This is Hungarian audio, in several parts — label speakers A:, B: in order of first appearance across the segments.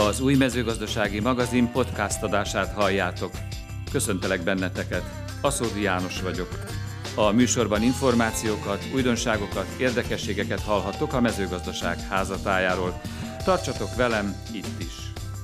A: Az Új Mezőgazdasági Magazin podcast adását halljátok. Köszöntelek benneteket, Aszódi János vagyok. A műsorban információkat, újdonságokat, érdekességeket hallhattok a mezőgazdaság házatájáról. Tartsatok velem itt is!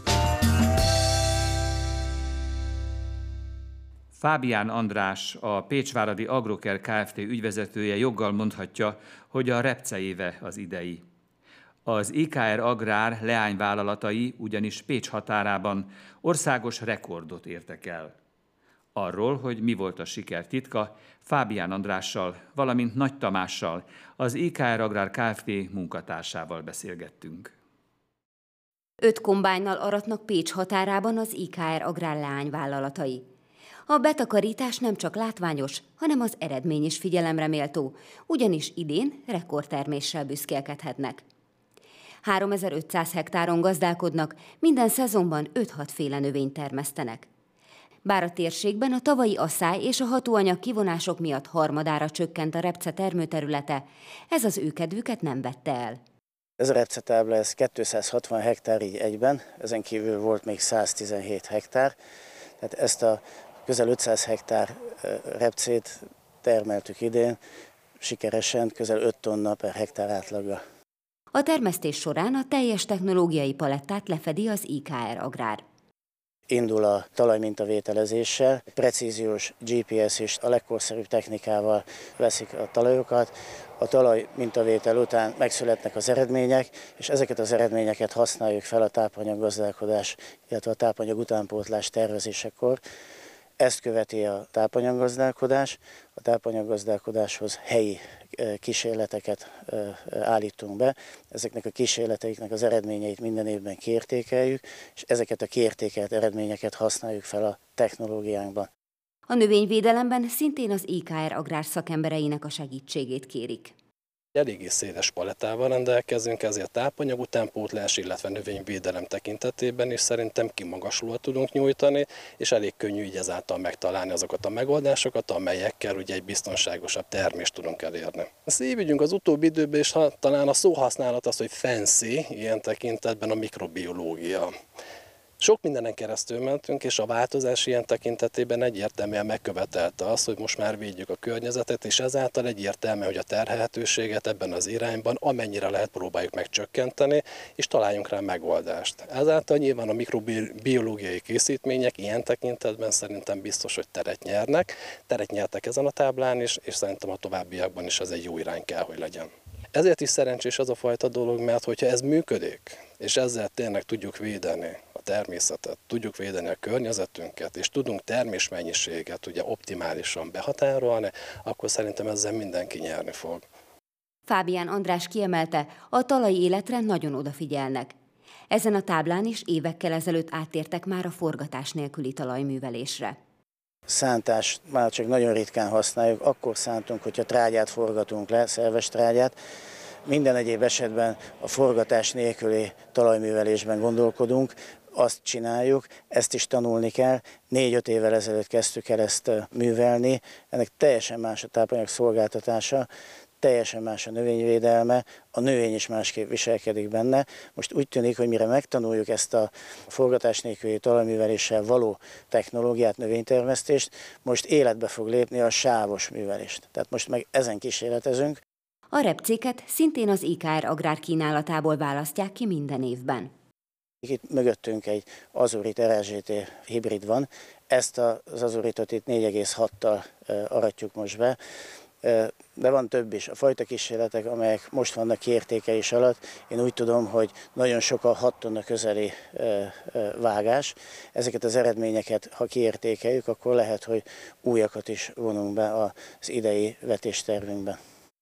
A: Fábián András, a Pécsváradi Agrocare Kft. Ügyvezetője joggal mondhatja, hogy a repce éve az idei. Az IKR Agrár leányvállalatai ugyanis Pécs határában országos rekordot értek el. Arról, hogy mi volt a siker titka, Fábián Andrással, valamint Nagy Tamással, az IKR Agrár Kft. Munkatársával beszélgettünk.
B: 5 kombájnnal aratnak Pécs határában az IKR Agrár leányvállalatai. A betakarítás nem csak látványos, hanem az eredmény is figyelemre méltó, ugyanis idén rekordterméssel büszkélkedhetnek. 3500 hektáron gazdálkodnak, minden szezonban 5-6 féle növényt termesztenek. Bár a térségben a tavalyi asszály és a hatóanyag kivonások miatt harmadára csökkent a repce termőterülete, ez az ő kedvüket nem vette el.
C: Ez a repcetábla, ez 260 hektár így egyben, ezen kívül volt még 117 hektár, tehát ezt a közel 500 hektár repcét termeltük idén, sikeresen közel 5 tonna per hektár átlaggal.
B: A termesztés során a teljes technológiai palettát lefedi az IKR Agrár.
C: Indul a talajmintavételezéssel, precíziós GPS és a legkorszerűbb technikával veszik a talajokat. A talajmintavétel után megszületnek az eredmények, és ezeket az eredményeket használjuk fel a tápanyaggazdálkodás, illetve a tápanyag utánpótlás tervezésekor. Ezt követi a tápanyaggazdálkodás. A tápanyaggazdálkodáshoz helyi kísérleteket állítunk be. Ezeknek a kísérleteiknek az eredményeit minden évben kiértékeljük, és ezeket a kiértékelt eredményeket használjuk fel a technológiánkban.
B: A növényvédelemben szintén az IKR Agrár szakembereinek a segítségét kérik.
D: Eléggé széles palettával rendelkezünk, ezért tápanyag utánpótlás, illetve növényvédelem tekintetében is szerintem kimagaslóan tudunk nyújtani, és elég könnyű így ezáltal megtalálni azokat a megoldásokat, amelyekkel ugye egy biztonságosabb termést tudunk elérni. A szívügyünk az utóbbi időben is talán a szóhasználat az, hogy fancy, ilyen tekintetben a mikrobiológia. Sok mindenen keresztül mentünk, és a változás ilyen tekintetében egyértelműen megkövetelte azt, hogy most már védjük a környezetet, és ezáltal egyértelmű, hogy a terhelhetőséget ebben az irányban amennyire lehet próbáljuk megcsökkenteni, és találjunk rá megoldást. Ezáltal nyilván a mikrobiológiai készítmények ilyen tekintetben szerintem biztos, hogy teret nyertek ezen a táblán is, és szerintem a továbbiakban is ez egy jó irány kell, hogy legyen. Ezért is szerencsés az a fajta dolog, mert hogyha ez működik, és ezzel tényleg tudjuk védeni a természetet, tudjuk védeni a környezetünket, és tudunk termésmennyiséget ugye optimálisan behatárolni, akkor szerintem ezzel mindenki nyerni fog.
B: Fábián András kiemelte, a talaji életre nagyon odafigyelnek. Ezen a táblán is évekkel ezelőtt áttértek már a forgatás nélküli talajművelésre.
C: Szántást már csak nagyon ritkán használjuk, akkor szántunk, hogyha trágyát forgatunk le, szerves trágyát. Minden egyéb esetben a forgatás nélküli talajművelésben gondolkodunk, azt csináljuk, ezt is tanulni kell. 4-5 évvel ezelőtt kezdtük el ezt művelni, ennek teljesen más a tápanyag szolgáltatása, teljesen más a növényvédelme, a növény is másképp viselkedik benne. Most úgy tűnik, hogy mire megtanuljuk ezt a forgatás nélküli talajműveléssel való technológiát, növénytermesztést, most életbe fog lépni a sávos művelést. Tehát most meg ezen kísérletezünk.
B: A repcéket szintén az IKR Agrár kínálatából választják ki minden évben.
C: Itt mögöttünk egy Azurit RZT hibrid van. Ezt az Azuritot itt 4,6-tal aratjuk most be. De van több is. A fajta kísérletek, amelyek most vannak kiértékelés alatt, én úgy tudom, hogy nagyon sok a 6 tonna közeli vágás. Ezeket az eredményeket, ha kiértékeljük, akkor lehet, hogy újakat is vonunk be az idei vetéstervünkbe.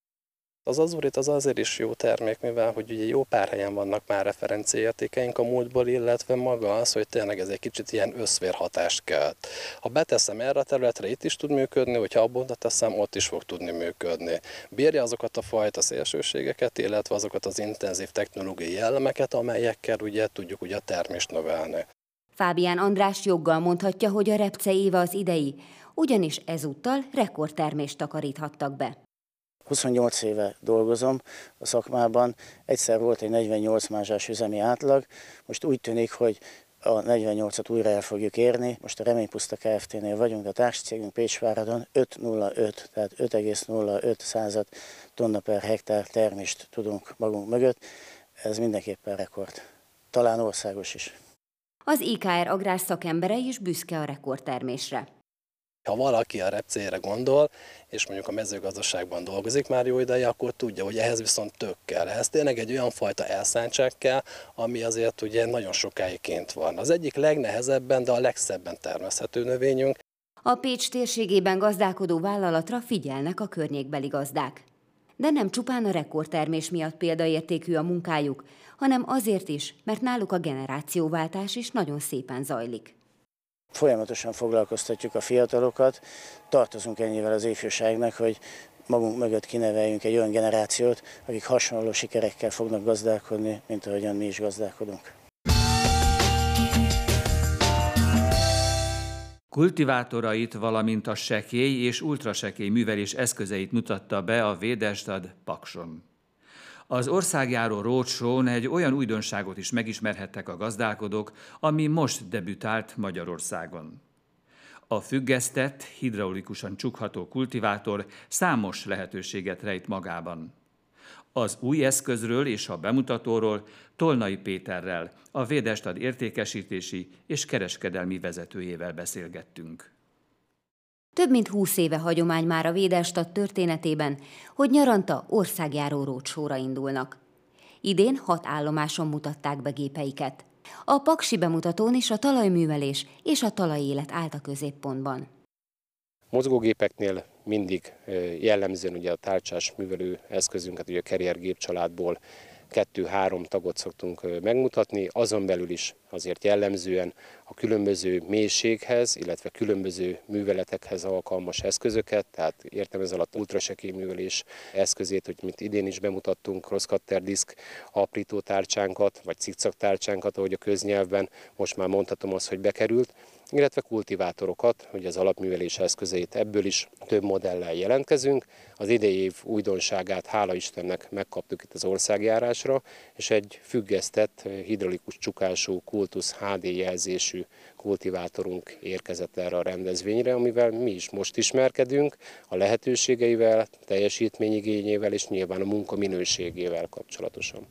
D: Az Azurit az azért is jó termék, mivel hogy ugye jó pár helyen vannak már referenciaértékeink a múltból, illetve maga az, hogy tényleg ez egy kicsit ilyen összvérhatást kelt. Ha beteszem erre a területre, itt is tud működni, hogyha abban teszem, ott is fog tudni működni. Bírja azokat a fajta szélsőségeket, illetve azokat az intenzív technológiai jellemeket, amelyekkel ugye tudjuk ugye a termést növelni.
B: Fábián András joggal mondhatja, hogy a repce éve az idei, ugyanis ezúttal rekordtermést takaríthattak be.
C: 28 éve dolgozom a szakmában, egyszer volt egy 48 mázsás üzemi átlag, most úgy tűnik, hogy a 48-at újra el fogjuk érni. Most a Reménypuszta Kft-nél vagyunk, a társcégünk Pécsváradon 5,05, tehát 5,05 tonna per hektár termést tudunk magunk mögött. Ez mindenképpen rekord. Talán országos is.
B: Az IKR Agrár szakembere is büszke a rekordtermésre.
D: Ha valaki a repcére gondol, és mondjuk a mezőgazdaságban dolgozik már jó ideje, akkor tudja, hogy ehhez viszont tök kell. Ehhez tényleg egy olyan fajta elszántság kell, ami azért ugye nagyon sokáig kint van. Az egyik legnehezebben, de a legszebben termeszthető növényünk.
B: A Pécs térségében gazdálkodó vállalatra figyelnek a környékbeli gazdák. De nem csupán a rekordtermés miatt példaértékű a munkájuk, hanem azért is, mert náluk a generációváltás is nagyon szépen zajlik.
C: Folyamatosan foglalkoztatjuk a fiatalokat, tartozunk ennyivel az ifjúságnak, hogy magunk mögött kineveljünk egy olyan generációt, akik hasonló sikerekkel fognak gazdálkodni, mint ahogyan mi is gazdálkodunk.
A: Kultivátorait, valamint a sekély és ultrasekély művelés eszközeit mutatta be a Védesdad Pakson. Az országjáró roadshown egy olyan újdonságot is megismerhettek a gazdálkodók, ami most debütált Magyarországon. A függesztett, hidraulikusan csukható kultivátor számos lehetőséget rejt magában. Az új eszközről és a bemutatóról Tolnai Péterrel, a Védesdad értékesítési és kereskedelmi vezetőjével beszélgettünk.
B: Több mint 20 éve hagyomány már a Védesdad történetében, hogy nyaranta országjáró roadshowra indulnak. Idén 6 állomáson mutatták be gépeiket. A paksi bemutatón is a talajművelés és a talajélet állt a középpontban.
E: Mozgógépeknél mindig jellemzően ugye a tálcsás művelő eszközünket, ugye a Carrier gépcsaládból 2-3 tagot szoktunk megmutatni, azon belül is azért jellemzően a különböző mélységhez, illetve különböző műveletekhez alkalmas eszközöket, tehát értem ez alatt ultrasekély művelés eszközét, hogy mint idén is bemutattunk, crosscutter diszk aprító tárcsánkat, vagy cikcak tárcsánkat, ahogy a köznyelvben most már mondhatom azt, hogy bekerült, illetve kultivátorokat, hogy az alapművelés eszközeit, ebből is több modellel jelentkezünk. Az idei év újdonságát hála Istennek megkaptuk itt az országjárásra, és egy függesztett, hidraulikus csukású Kultusz HD jelzésű kultivátorunk érkezett erre a rendezvényre, amivel mi is most ismerkedünk, a lehetőségeivel, teljesítményigényével és nyilván a munka minőségével kapcsolatosan.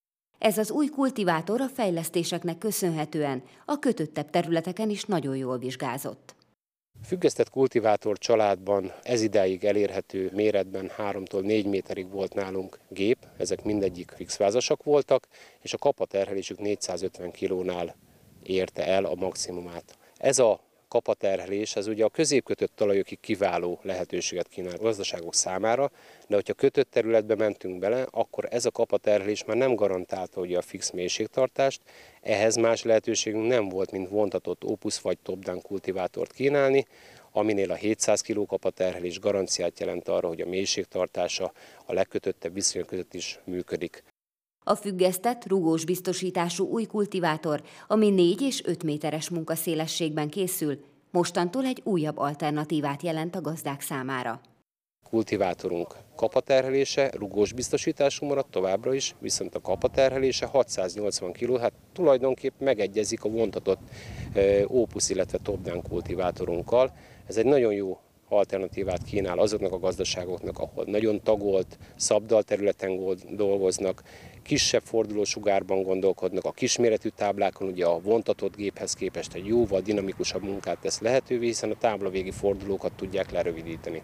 B: Ez az új kultivátor a fejlesztéseknek köszönhetően a kötöttebb területeken is nagyon jól vizsgázott.
E: Függesztett kultivátor családban ez idáig elérhető méretben 3-tól 4 méterig volt nálunk gép, ezek mindegyik fixvázasak voltak, és a kapaterhelésük 450 kilónál érte el a maximumát. Ez a kapaterhelés, ez ugye a középkötött talajokig kiváló lehetőséget kínál a gazdaságok számára, de hogyha kötött területbe mentünk bele, akkor ez a kapaterhelés már nem garantálta ugye a fix mélységtartást, ehhez más lehetőségünk nem volt, mint vontatott Opus vagy top-down kultivátort kínálni, aminél a 700 kg kapaterhelés garanciát jelent arra, hogy a mélységtartása a legkötöttebb viszonyok között is működik.
B: A függesztett, rugós biztosítású új kultivátor, ami 4 és 5 méteres munkaszélességben készül, mostantól egy újabb alternatívát jelent a gazdák számára.
E: Kultivátorunk kapaterhelése rugós biztosítású maradt továbbra is, viszont a kapaterhelése 680 kg, hát tulajdonképp megegyezik a vontatott Opus, illetve top-down kultivátorunkkal. Ez egy nagyon jó alternatívát kínál azoknak a gazdaságoknak, ahol nagyon tagolt, szabdal területen dolgoznak, kisebb fordulósugárban gondolkodnak, a kisméretű táblákon ugye a vontatott géphez képest egy jóval dinamikusabb munkát tesz lehetővé, hiszen a táblavégi fordulókat tudják lerövidíteni.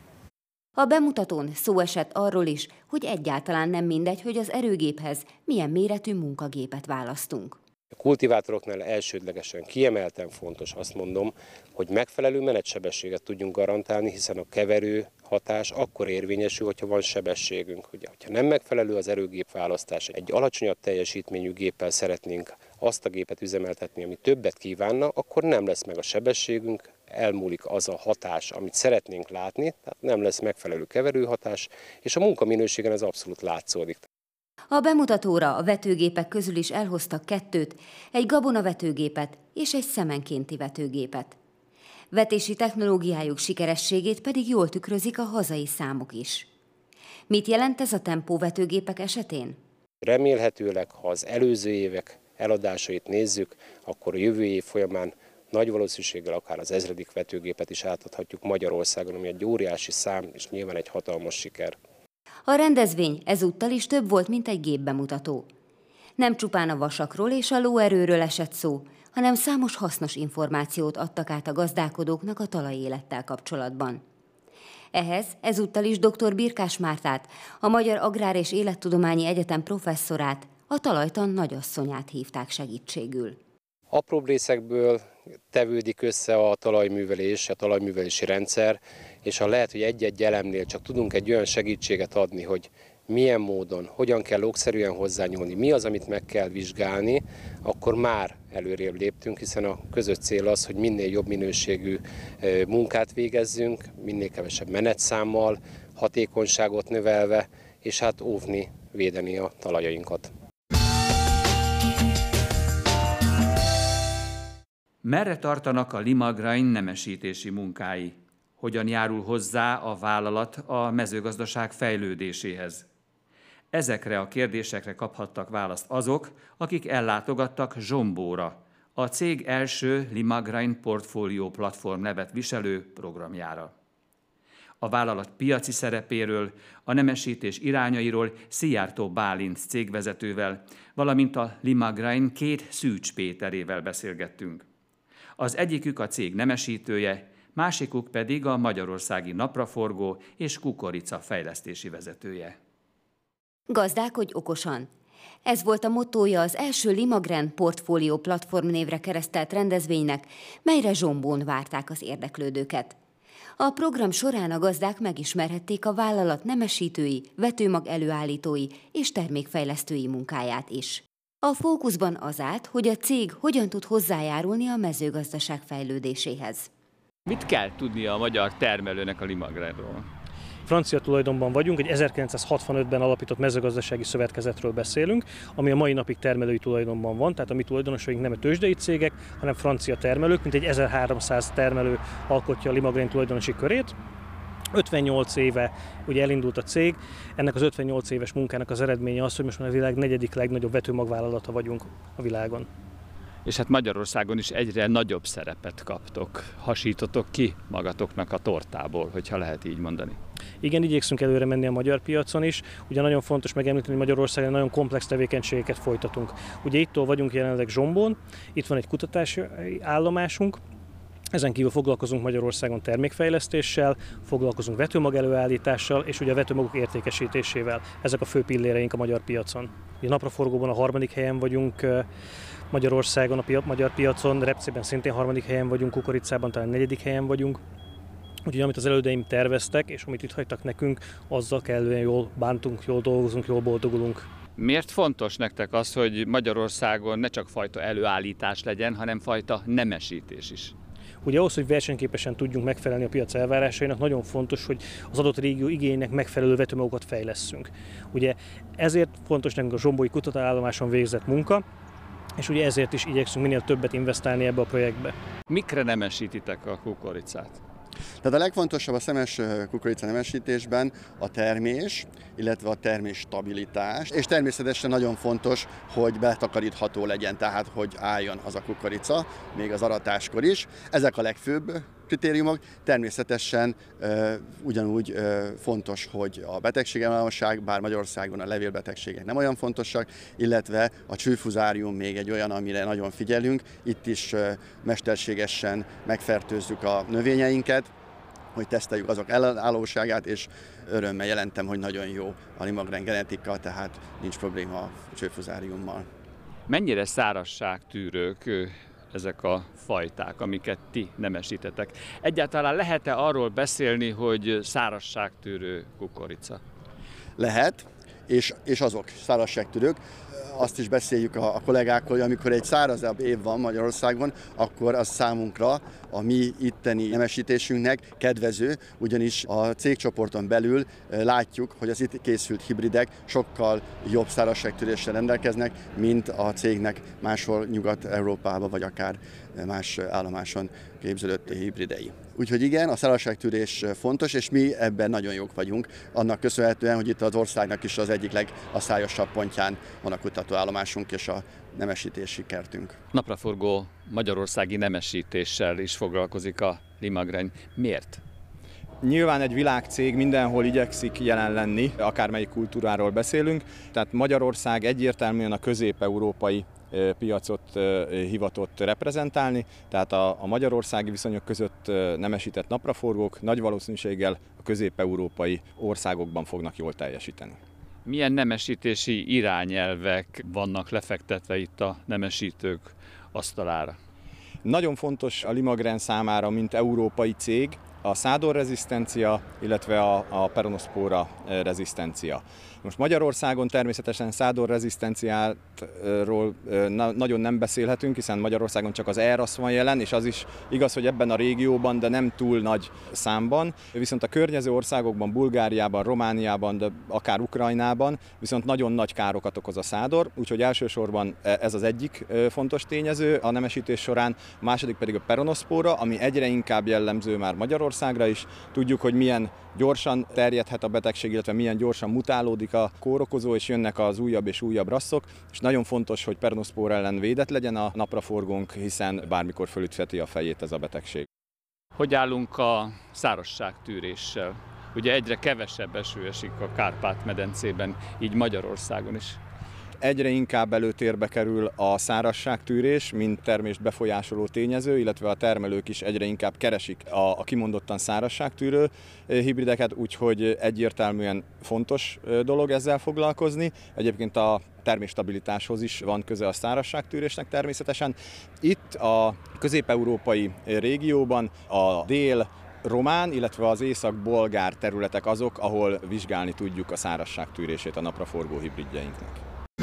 B: A bemutatón szó esett arról is, hogy egyáltalán nem mindegy, hogy az erőgéphez milyen méretű munkagépet választunk.
E: A kultivátoroknál elsődlegesen kiemelten fontos, azt mondom, hogy megfelelő menetsebességet tudjunk garantálni, hiszen a keverő hatás akkor érvényesül, hogyha van sebességünk. Ugye, hogyha nem megfelelő az erőgép választás, egy alacsonyabb teljesítményű géppel szeretnénk azt a gépet üzemeltetni, ami többet kívánna, akkor nem lesz meg a sebességünk, elmúlik az a hatás, amit szeretnénk látni, tehát nem lesz megfelelő keverőhatás, és a munkaminőségen ez abszolút látszódik.
B: A bemutatóra a vetőgépek közül is elhoztak 2, egy gabonavetőgépet és egy szemenkénti vetőgépet. Vetési technológiájuk sikerességét pedig jól tükrözik a hazai számok is. Mit jelent ez a tempóvetőgépek esetén?
E: Remélhetőleg, ha az előző évek eladásait nézzük, akkor a jövő év folyamán nagy valószínűséggel akár az 1000. vetőgépet is átadhatjuk Magyarországon, ami egy óriási szám és nyilván egy hatalmas siker.
B: A rendezvény ezúttal is több volt, mint egy gépbemutató. Nem csupán a vasakról és a lóerőről esett szó, hanem számos hasznos információt adtak át a gazdálkodóknak a talajélettel kapcsolatban. Ehhez ezúttal is dr. Birkás Mártát, a Magyar Agrár és Élettudományi Egyetem professzorát, a talajtan nagyasszonyát hívták segítségül.
E: Apróbb részekből tevődik össze a talajművelés, a talajművelési rendszer, és ha lehet, hogy egy-egy elemnél csak tudunk egy olyan segítséget adni, hogy milyen módon, hogyan kell okszerűen hozzányúlni, mi az, amit meg kell vizsgálni, akkor már előrébb léptünk, hiszen a közös cél az, hogy minél jobb minőségű munkát végezzünk, minél kevesebb menetszámmal, hatékonyságot növelve, és hát óvni, védeni a talajainkat.
A: Merre tartanak a Limagrain nemesítési munkái? Hogyan járul hozzá a vállalat a mezőgazdaság fejlődéséhez? Ezekre a kérdésekre kaphattak választ azok, akik ellátogattak Zsombóra, a cég első Limagrain Portfolio Platform nevet viselő programjára. A vállalat piaci szerepéről, a nemesítés irányairól Szijjártó Bálint cégvezetővel, valamint a Limagrain 2 Szűcs Péterével beszélgettünk. Az egyikük a cég nemesítője, másikuk pedig a Magyarországi Napraforgó és Kukorica fejlesztési vezetője.
B: Gazdálkodj okosan! Ez volt a mottója az első Limagrain Portfolio Platform névre keresztelt rendezvénynek, melyre Zsombón várták az érdeklődőket. A program során a gazdák megismerhették a vállalat nemesítői, vetőmag előállítói és termékfejlesztői munkáját is. A fókuszban az állt, hogy a cég hogyan tud hozzájárulni a mezőgazdaság fejlődéséhez.
A: Mit kell tudnia a magyar termelőnek a Limagrainról?
F: Francia tulajdonban vagyunk, egy 1965-ben alapított mezőgazdasági szövetkezetről beszélünk, ami a mai napig termelői tulajdonban van, tehát a mi tulajdonosaink nem a tőzsdei cégek, hanem francia termelők, mint egy 1300 termelő alkotja a Limagrain tulajdonosi körét. 58 éve ugye elindult a cég, ennek az 58 éves munkának az eredménye az, hogy most már a világ 4. legnagyobb vetőmagvállalata vagyunk a világon.
A: És hát Magyarországon is egyre nagyobb szerepet kaptok, hasítotok ki magatoknak a tortából, hogyha lehet így mondani.
F: Igen, igyekszünk előre menni a magyar piacon is. Ugye nagyon fontos megemlíteni, hogy Magyarországon nagyon komplex tevékenységeket folytatunk. Ugye ittől vagyunk jelenleg Zsombón, itt van egy kutatási állomásunk, ezen kívül foglalkozunk Magyarországon termékfejlesztéssel, foglalkozunk vetőmag előállítással és ugye a vetőmagok értékesítésével. Ezek a fő pilléreink a magyar piacon. A napraforgóban a 3. helyen vagyunk Magyarországon, a magyar piacon, repcében szintén 3. helyen vagyunk, kukoricában talán 4. helyen vagyunk. Úgyhogy amit az elődeim terveztek, és amit itt hagytak nekünk, azzal kellően jól bántunk, jól dolgozunk, jól boldogulunk.
A: Miért fontos nektek az, hogy Magyarországon ne csak fajta előállítás legyen, hanem fajta nemesítés is?
F: Ugye ahhoz, hogy versenyképesen tudjunk megfelelni a piac elvárásainak, nagyon fontos, hogy az adott régió igénynek megfelelő vetőmagokat fejlesszünk. Ugye ezért fontos nekünk a zsombói kutatóállomáson végzett munka, és ugye ezért is igyekszünk minél többet investálni ebbe a projektbe.
A: Mikre nemesítitek a kukoricát?
G: Tehát a legfontosabb a szemes kukorica nemesítésben a termés, illetve a termés stabilitás, és természetesen nagyon fontos, hogy betakarítható legyen, tehát hogy álljon az a kukorica, még az aratáskor is. Ezek a legfőbb kritériumok. Természetesen ugyanúgy fontos, hogy a betegségellenosság, bár Magyarországon a levélbetegségek nem olyan fontosak, illetve a csőfuzárium még egy olyan, amire nagyon figyelünk. Itt is mesterségesen megfertőzzük a növényeinket, hogy teszteljük azok ellenállóságát, és örömmel jelentem, hogy nagyon jó a Limagrain genetika, tehát nincs probléma a csőfuzáriummal.
A: Mennyire szárazságtűrők ezek a fajták, amiket ti nemesítetek? Egyáltalán lehet-e arról beszélni, hogy szárazságtűrő kukorica?
G: Lehet, és azok szárazságtűrők. azt is beszéljük a kollégákkal, hogy amikor egy szárazabb év van Magyarországon, akkor az számunkra, a mi itteni nemesítésünknek kedvező, ugyanis a cégcsoporton belül látjuk, hogy az itt készült hibridek sokkal jobb szárazságtűréssel rendelkeznek, mint a cégnek máshol Nyugat-Európában, vagy akár más állomáson képződött hibridei. Úgyhogy igen, a szárazságtűrés fontos, és mi ebben nagyon jók vagyunk, annak köszönhetően, hogy itt az országnak is az egyik legaszályosabb pontján van a kutatóállomásunk és a nemesítési kertünk.
A: Napraforgó magyarországi nemesítéssel is foglalkozik a Limagrány. Miért?
H: Nyilván egy világcég mindenhol igyekszik jelen lenni, akármelyik kultúráról beszélünk, tehát Magyarország egyértelműen a közép-európai piacot hivatott reprezentálni, tehát a magyarországi viszonyok között nemesített napraforgók nagy valószínűséggel a közép-európai országokban fognak jól teljesíteni.
A: Milyen nemesítési irányelvek vannak lefektetve itt a nemesítők asztalára?
H: Nagyon fontos a Limagrány számára, mint európai cég, a szádorrezisztencia, illetve a peronoszpóra rezisztencia. Most Magyarországon természetesen szádorrezisztenciáról nagyon nem beszélhetünk, hiszen Magyarországon csak az ERAS van jelen, és az is igaz, hogy ebben a régióban, de nem túl nagy számban. Viszont a környező országokban, Bulgáriában, Romániában, de akár Ukrajnában viszont nagyon nagy károkat okoz a szádor, úgyhogy elsősorban ez az egyik fontos tényező a nemesítés során, a második pedig a peronoszpóra, ami egyre inkább jellemző már Magyarországra is. Tudjuk, hogy milyen gyorsan terjedhet a betegség, illetve milyen gyorsan mutálódik a kórokozó, és jönnek az újabb és újabb rasszok, és nagyon fontos, hogy peronoszpóra ellen védett legyen a napraforgónk, hiszen bármikor fölütheti a fejét ez a betegség.
A: Hogy állunk a szárazságtűréssel? Ugye egyre kevesebb eső esik a Kárpát-medencében, így Magyarországon is.
H: Egyre inkább előtérbe kerül a szárazságtűrés, mint termést befolyásoló tényező, illetve a termelők is egyre inkább keresik a kimondottan szárazságtűrő hibrideket, úgyhogy egyértelműen fontos dolog ezzel foglalkozni. Egyébként a termésstabilitáshoz is van köze a szárazságtűrésnek természetesen. Itt a közép-európai régióban a dél-román, illetve az észak-bolgár területek azok, ahol vizsgálni tudjuk a szárazságtűrését a napraforgó hibridjeinknek.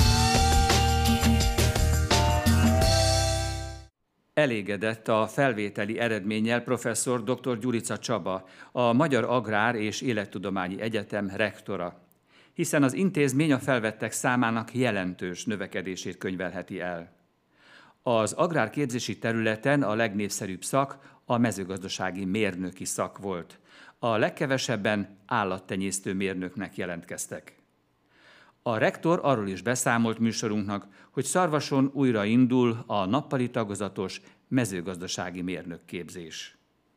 A: Elégedett a felvételi eredménnyel professzor dr. Gyurica Csaba, a Magyar Agrár és Élettudományi Egyetem rektora, hiszen az intézmény a felvettek számának jelentős növekedését könyvelheti el. Az agrárképzési területen a legnépszerűbb szak a mezőgazdasági mérnöki szak volt. A legkevesebben állattenyésztő mérnöknek jelentkeztek. A rektor arról is beszámolt műsorunknak, hogy Szarvason újra indul a nappali tagozatos mezőgazdasági mérnökképzés.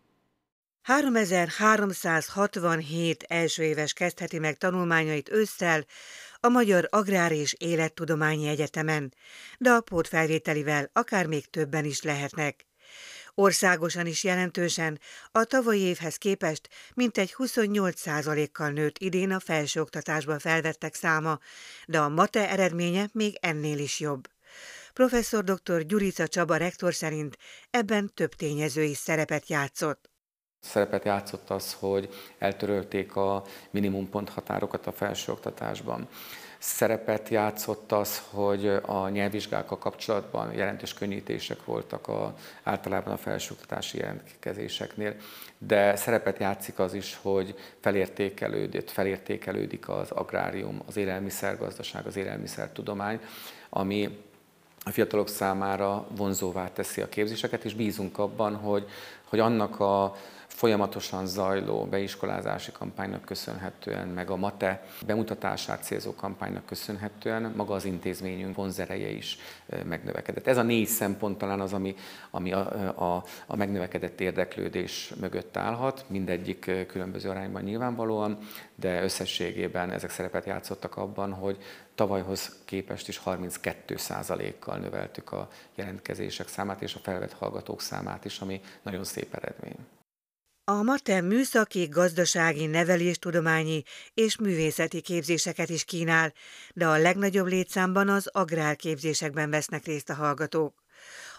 I: 3367 elsőéves kezdheti meg tanulmányait ősszel a Magyar Agrár és Élettudományi Egyetemen, de a pótfelvételivel akár még többen is lehetnek. Országosan is jelentősen, a tavalyi évhez képest mintegy 28%-kal nőtt idén a felsőoktatásban felvettek száma, de a mate eredménye még ennél is jobb. Professzor dr. Gyurica Csaba rektor szerint ebben több tényező is szerepet játszott.
J: Szerepet játszott az, hogy eltörölték a minimumponthatárokat a felsőoktatásban. Szerepet játszott az, hogy a nyelvvizsgákkal kapcsolatban jelentős könnyítések voltak általában a felsőoktatási jelentkezéseknél, de szerepet játszik az is, hogy felértékelődik az agrárium, az élelmiszergazdaság, az élelmiszertudomány, ami a fiatalok számára vonzóvá teszi a képzéseket, és bízunk abban, hogy annak a folyamatosan zajló beiskolázási kampánynak köszönhetően, meg a MATE bemutatását célzó kampánynak köszönhetően maga az intézményünk vonzereje is megnövekedett. Ez a 4 szempont talán az, ami a megnövekedett érdeklődés mögött állhat, mindegyik különböző arányban nyilvánvalóan, de összességében ezek szerepet játszottak abban, hogy tavalyhoz képest is 32%-kal növeltük a jelentkezések számát és a felvett hallgatók számát is, ami nagyon szép eredmény.
I: A MATE műszaki, gazdasági, neveléstudományi és művészeti képzéseket is kínál, de a legnagyobb létszámban az agrárképzésekben vesznek részt a hallgatók.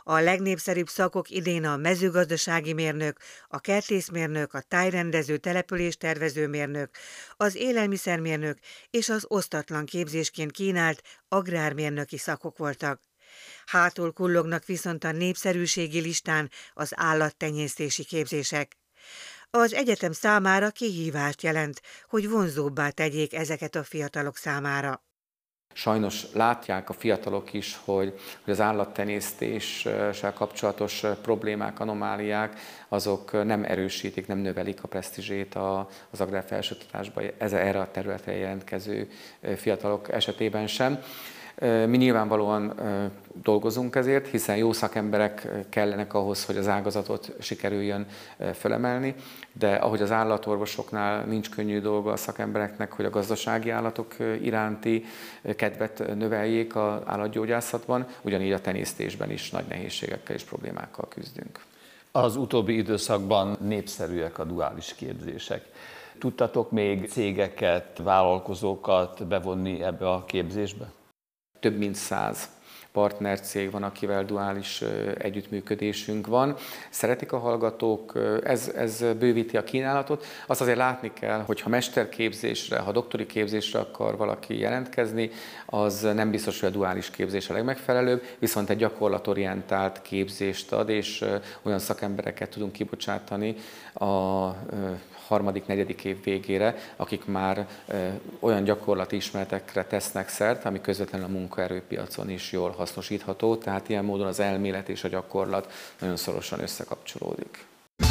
I: A legnépszerűbb szakok idén a mezőgazdasági mérnök, a kertészmérnök, a tájrendező településtervező mérnök, az élelmiszermérnök és az osztatlan képzésként kínált agrármérnöki szakok voltak. Hátul kullognak viszont a népszerűségi listán az állattenyésztési képzések. Az egyetem számára kihívást jelent, hogy vonzóbbá tegyék ezeket a fiatalok számára.
J: Sajnos látják a fiatalok is, hogy az állattenyésztéssel kapcsolatos problémák, anomáliák, azok nem erősítik, nem növelik a presztízsét az agrárfelsőoktatásban erre a területre jelentkező fiatalok esetében sem. Mi nyilvánvalóan dolgozunk ezért, hiszen jó szakemberek kellenek ahhoz, hogy az ágazatot sikerüljön fölemelni, de ahogy az állatorvosoknál nincs könnyű dolga a szakembereknek, hogy a gazdasági állatok iránti kedvet növeljék az állatgyógyászatban, ugyanígy a tenyésztésben is nagy nehézségekkel és problémákkal küzdünk.
K: Az utóbbi időszakban népszerűek a duális képzések. Tudtatok még cégeket, vállalkozókat bevonni ebbe a képzésbe?
J: Több mint 100 partnercég van, akivel duális együttműködésünk van. Szeretik a hallgatók, ez bővíti a kínálatot. Azt azért látni kell, hogy ha mesterképzésre, ha doktori képzésre akar valaki jelentkezni, az nem biztos, hogy a duális képzés a legmegfelelőbb, viszont egy gyakorlatorientált képzést ad, és olyan szakembereket tudunk kibocsátani a harmadik, negyedik év végére, akik már olyan gyakorlati ismeretekre tesznek szert, ami közvetlenül a munkaerőpiacon is jól hasznosítható, tehát ilyen módon az elmélet és a gyakorlat nagyon szorosan összekapcsolódik.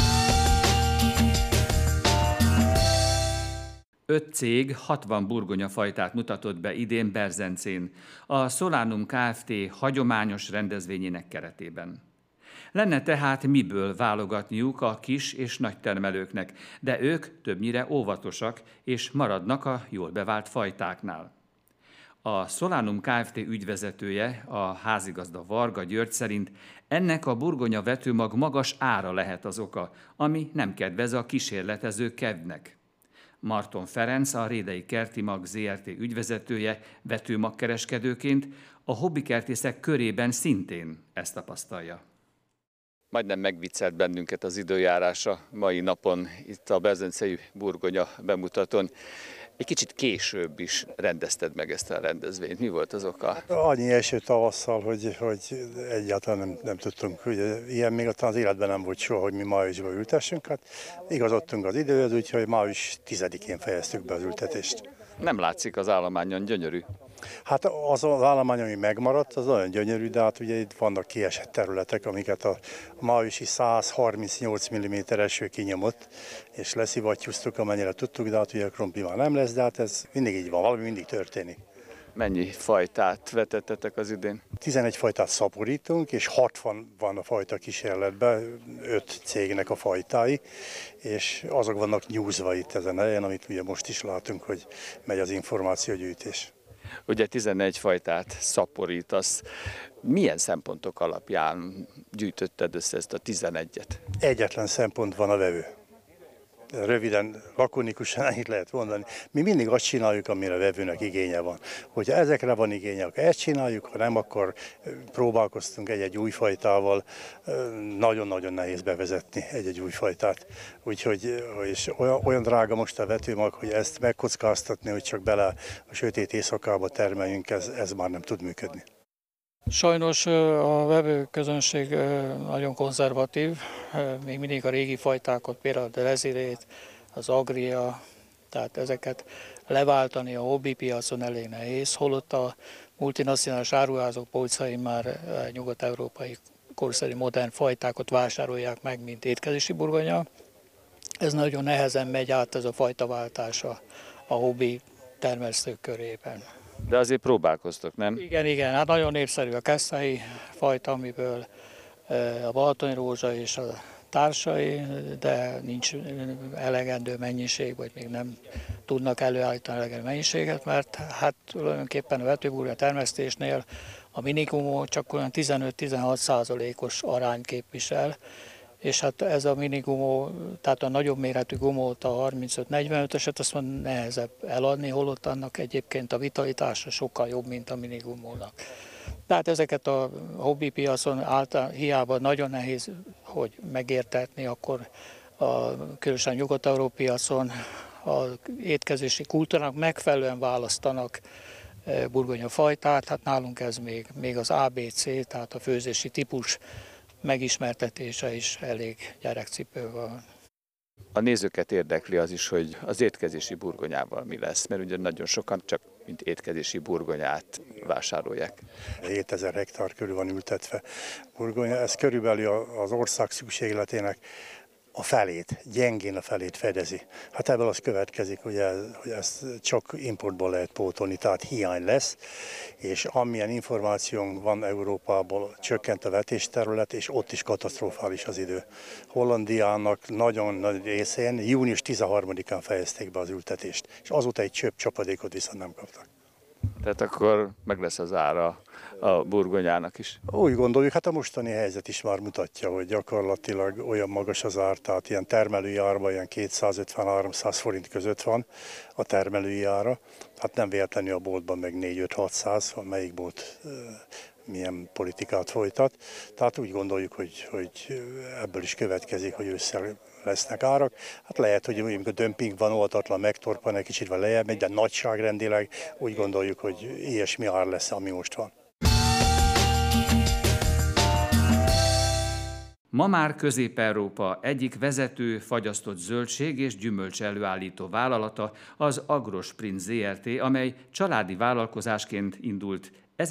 A: 5 cég 60 burgonyafajtát mutatott be idén Berzencén, a Solanum Kft. Hagyományos rendezvényének keretében. Lenne tehát miből válogatniuk a kis és nagy termelőknek, de ők többnyire óvatosak és maradnak a jól bevált fajtáknál. A Solanum Kft. Ügyvezetője, a házigazda Varga György szerint ennek a burgonya vetőmag magas ára lehet az oka, ami nem kedvez a kísérletező kedvnek. Marton Ferenc, a Rédei Kertimag Zrt. Ügyvezetője vetőmagkereskedőként a hobbikertészek körében szintén ezt tapasztalja.
L: Majdnem megviccelt bennünket az időjárása mai napon itt a berzencei burgonya bemutatón. Egy kicsit később is rendezted meg ezt a rendezvényt. Mi volt az oka?
M: Annyi eső tavasszal, hogy egyáltalán nem tudtunk. Ugye, ilyen még az életben nem volt soha, hogy mi májusban ültessünk. Hát igazodtunk az időhöz, úgyhogy május 10-én fejeztük be az ültetést.
L: Nem látszik az állományon, gyönyörű.
M: Hát az állomány, ami megmaradt, az olyan gyönyörű, de hát ugye itt vannak kiesett területek, amiket a májusi 138 mm eső kinyomott, és leszivattyúztuk, amennyire tudtuk, de hát ugye a krumpli már nem lesz, de hát ez mindig így van, valami mindig történik.
L: Mennyi fajtát vetettetek az idén?
M: 11 fajtát szaporítunk, és 60 van a fajta kísérletben, 5 cégnek a fajtái, és azok vannak nyúzva itt ezen a helyen, amit ugye most is látunk, hogy megy az információgyűjtés.
L: Ugye 11 fajtát szaporítasz. Milyen szempontok alapján gyűjtötted össze ezt a 11-et?
M: Egyetlen szempont van, a vevő. Röviden, lakonikusan ennyit lehet mondani. Mi mindig azt csináljuk, amire a vevőnek igénye van. Hogyha ezekre van igénye, akkor ezt csináljuk, ha nem, akkor próbálkoztunk egy-egy új fajtával. Nagyon-nagyon nehéz bevezetni egy-egy új fajtát. Úgyhogy és olyan drága most a vetőmag, hogy ezt megkockáztatni, hogy csak bele a sötét éjszakába termeljünk, ez már nem tud működni.
N: Sajnos a vevőközönség nagyon konzervatív, még mindig a régi fajtákat, például a Delezirét, az Agria, tehát ezeket leváltani a hobbi piacon elég nehéz, holott a multinacionális áruházok polcain már nyugat-európai korszerű modern fajtákat vásárolják meg, mint étkezési burgonya. Ez nagyon nehezen megy át, ez a fajtaváltás a hobbi termesztők körében.
L: De azért próbálkoztok, nem?
N: Igen, hát nagyon népszerű a keszthelyi fajta, amiből a balatoni rózsa és a társai, de nincs elegendő mennyiség, vagy még nem tudnak előállítani elegendő mennyiséget, mert hát tulajdonképpen a vetőburgonya termesztésnél a minigumó csak olyan 15-16%-os arányt képvisel, és hát ez a minigumó, tehát a nagyobb méretű gumót, a 35-45-eset, azt mondja, nehezebb eladni, holott annak egyébként a vitalitása sokkal jobb, mint a minigumónak. Tehát ezeket a hobbi piacon hiába nagyon nehéz, hogy megértetni, akkor különösen nyugat-európai piacon az étkezési kultúrának megfelelően választanak burgonyafajtát. Hát nálunk ez még az ABC, tehát a főzési típus megismertetése is elég gyerekcipő van.
L: A nézőket érdekli az is, hogy az étkezési burgonyával mi lesz, mert ugye nagyon sokan csak mint étkezési burgonyát vásárolják.
M: 7000 hektár körül van ültetve burgonya, ez körülbelül az ország szükségletének a felét, gyengén a felét fedezi. Hát ebből az következik, hogy ezt csak importból lehet pótolni, tehát hiány lesz, és amilyen információnk van Európából, csökkent a vetésterület, és ott is katasztrofális az idő. Hollandiának nagyon nagy részén június 13-án fejezték be az ültetést, és azóta egy csöpp csapadékot viszont nem kaptak.
L: Tehát akkor meg lesz az ára a burgonyának is.
M: Úgy gondoljuk, hát a mostani helyzet is már mutatja, hogy gyakorlatilag olyan magas az ár, tehát ilyen termelői árban ilyen 250-300 forint között van a termelői ára. Hát nem véletlenül a boltban meg 4-5-600, melyik bolt milyen politikát folytat. Tehát úgy gondoljuk, hogy ebből is következik, hogy ősszel lesznek árak. Hát lehet, hogy amikor dömping van, oltatlan megtorpan, egy kicsit lejjebb megy, de nagyságrendileg úgy gondoljuk, hogy ilyesmi ár lesz, ami most van.
A: Ma már Közép-Európa egyik vezető fagyasztott zöldség és gyümölcs előállító vállalata az Agrosprint Zrt., amely családi vállalkozásként indult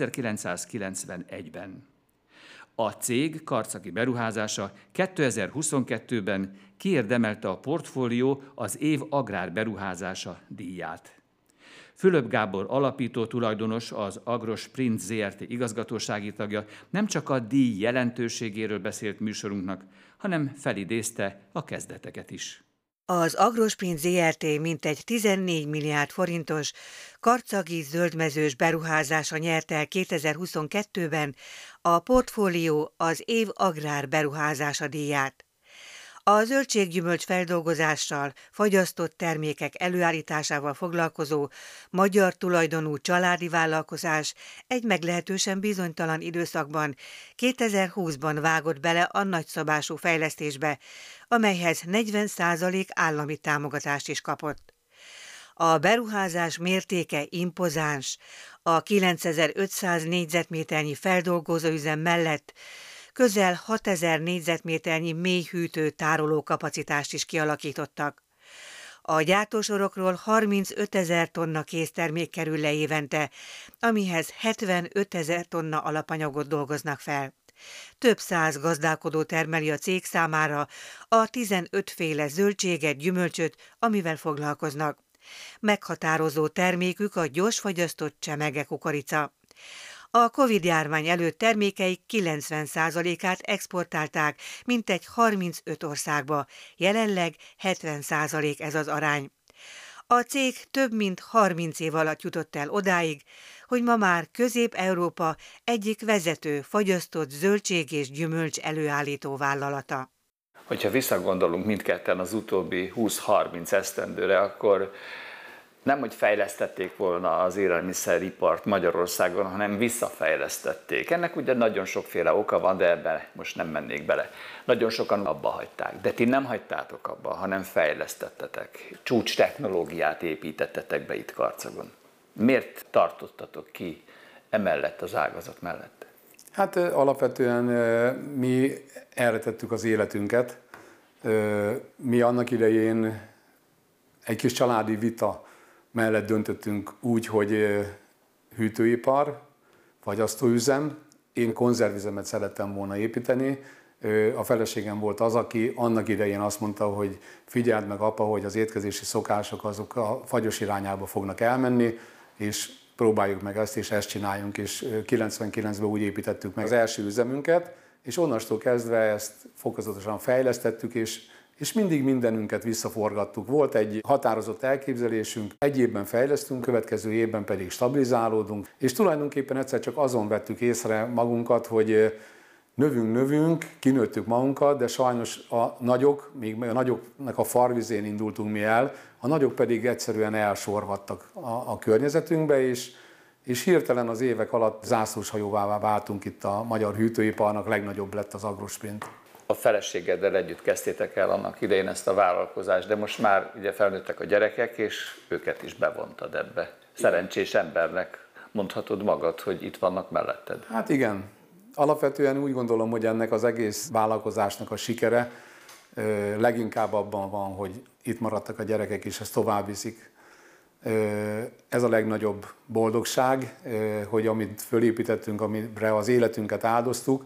A: 1991-ben. A cég karcagi beruházása 2022-ben kiérdemelte a portfólió az év agrárberuházása díját. Fülöp Gábor alapító tulajdonos, az Agrosprint Zrt. Igazgatósági tagja nem csak a díj jelentőségéről beszélt műsorunknak, hanem felidézte a kezdeteket is.
I: Az Agrosprint Zrt. Mintegy 14 milliárd forintos karcagi zöldmezős beruházása nyerte el 2022-ben a portfólió az év agrár beruházása díját. A zöldséggyümölcs feldolgozással, fagyasztott termékek előállításával foglalkozó magyar tulajdonú családi vállalkozás egy meglehetősen bizonytalan időszakban 2020-ban vágott bele a nagyszabású fejlesztésbe, amelyhez 40% állami támogatást is kapott. A beruházás mértéke impozáns, a 9500 négyzetméternyi feldolgozóüzem mellett közel 6000 négyzetméternyi mélyhűtő tárolókapacitást is kialakítottak. A gyártósorokról 35 000 tonna késztermék kerül le évente, amihez 75 000 tonna alapanyagot dolgoznak fel. Több száz gazdálkodó termeli a cég számára a 15 féle zöldséget, gyümölcsöt, amivel foglalkoznak. Meghatározó termékük a gyorsfagyasztott csemege kukorica. A Covid-járvány előtt termékeik 90%-át exportálták, mintegy 35 országba, jelenleg 70% ez az arány. A cég több mint 30 év alatt jutott el odáig, hogy ma már Közép-Európa egyik vezető fagyasztott zöldség és gyümölcs előállító vállalata.
K: Hogyha visszagondolunk mindketten az utóbbi 20-30 esztendőre, akkor nem, hogy fejlesztették volna az élelmiszeripart Magyarországon, hanem visszafejlesztették. Ennek ugye nagyon sokféle oka van, de ebben most nem mennék bele. Nagyon sokan abba hagyták, de ti nem hagytátok abba, hanem fejlesztettetek. Csúcs technológiát építettetek be itt Karcagon. Miért tartottatok ki emellett az ágazat mellett?
O: Hát alapvetően mi erre tettük az életünket. Mi annak idején egy kis családi vita mellett döntöttünk úgy, hogy hűtőipar, fagyasztóüzem. Én konzervüzemet szerettem volna építeni. A feleségem volt az, aki annak idején azt mondta, hogy figyeld meg apa, hogy az étkezési szokások azok a fagyos irányába fognak elmenni, és próbáljuk meg ezt, és ezt csináljunk, és 99-ben úgy építettük meg az első üzemünket, és onnastól kezdve ezt fokozatosan fejlesztettük, és mindig mindenünket visszaforgattuk. Volt egy határozott elképzelésünk, egy évben fejlesztünk, következő évben pedig stabilizálódunk, és tulajdonképpen egyszer csak azon vettük észre magunkat, hogy növünk, kinőttük magunkat, de sajnos a nagyok, még a nagyoknak a farvizén indultunk mi el, a nagyok pedig egyszerűen elsorvadtak a környezetünkbe, és hirtelen az évek alatt zászlóshajóvá váltunk itt a magyar hűtőiparnak, legnagyobb lett az Agrosprint.
K: A feleségeddel együtt kezdtétek el annak idején ezt a vállalkozást, de most már ugye felnőttek a gyerekek, és őket is bevontad ebbe. Szerencsés embernek mondhatod magad, hogy itt vannak melletted.
O: Hát igen. Alapvetően úgy gondolom, hogy ennek az egész vállalkozásnak a sikere leginkább abban van, hogy itt maradtak a gyerekek, és ezt tovább viszik. Ez a legnagyobb boldogság, hogy amit fölépítettünk, amire az életünket áldoztuk,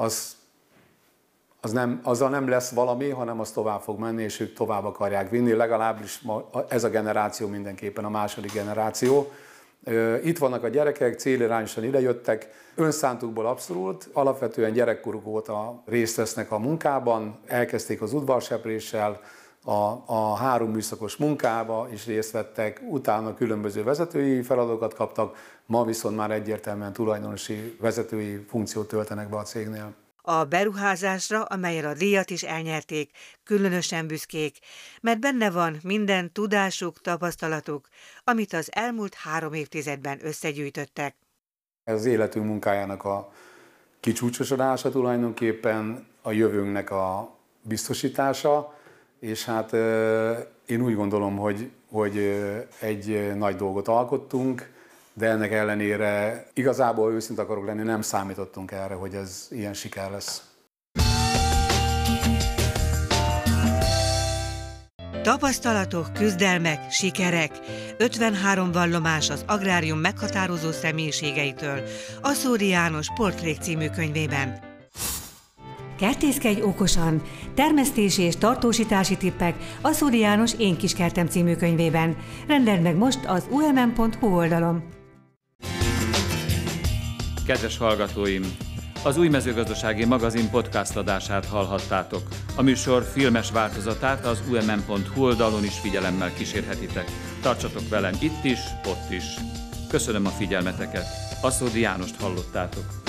O: azzal nem lesz valami, hanem az tovább fog menni, és ők tovább akarják vinni. Legalábbis ez a generáció mindenképpen a második generáció. Itt vannak a gyerekek, célirányosan idejöttek, önszántukból abszolút, alapvetően gyerekkoruk óta részt vesznek a munkában, elkezdték az udvarsepréssel, a 3 műszakos munkába is részt vettek, utána különböző vezetői feladatokat kaptak, ma viszont már egyértelműen tulajdonosi vezetői funkciót töltenek be a cégnél.
I: A beruházásra, amellyel a díjat is elnyerték, különösen büszkék, mert benne van minden tudásuk, tapasztalatuk, amit az elmúlt 3 évtizedben összegyűjtöttek.
O: Ez az életünk munkájának a kicsúcsosodása tulajdonképpen, a jövőnknek a biztosítása, és hát én úgy gondolom, hogy egy nagy dolgot alkottunk, de ennek ellenére igazából őszinte akarok lenni, nem számítottunk erre, hogy ez ilyen siker lesz.
I: Tapasztalatok, küzdelmek, sikerek. 53 vallomás az agrárium meghatározó személyiségeitől Aszódi János Portrék című könyvében.
P: Kertészkedj okosan! Termesztési és tartósítási tippek Aszódi János Én kis kertem című könyvében. Rendeld meg most az umm.hu oldalon.
A: Kedves hallgatóim! Az Új Mezőgazdasági Magazin podcast adását hallhattátok. A műsor filmes változatát az umm.hu oldalon is figyelemmel kísérhetitek. Tartsatok velem itt is, ott is. Köszönöm a figyelmeteket. Aszódi Jánost hallottátok.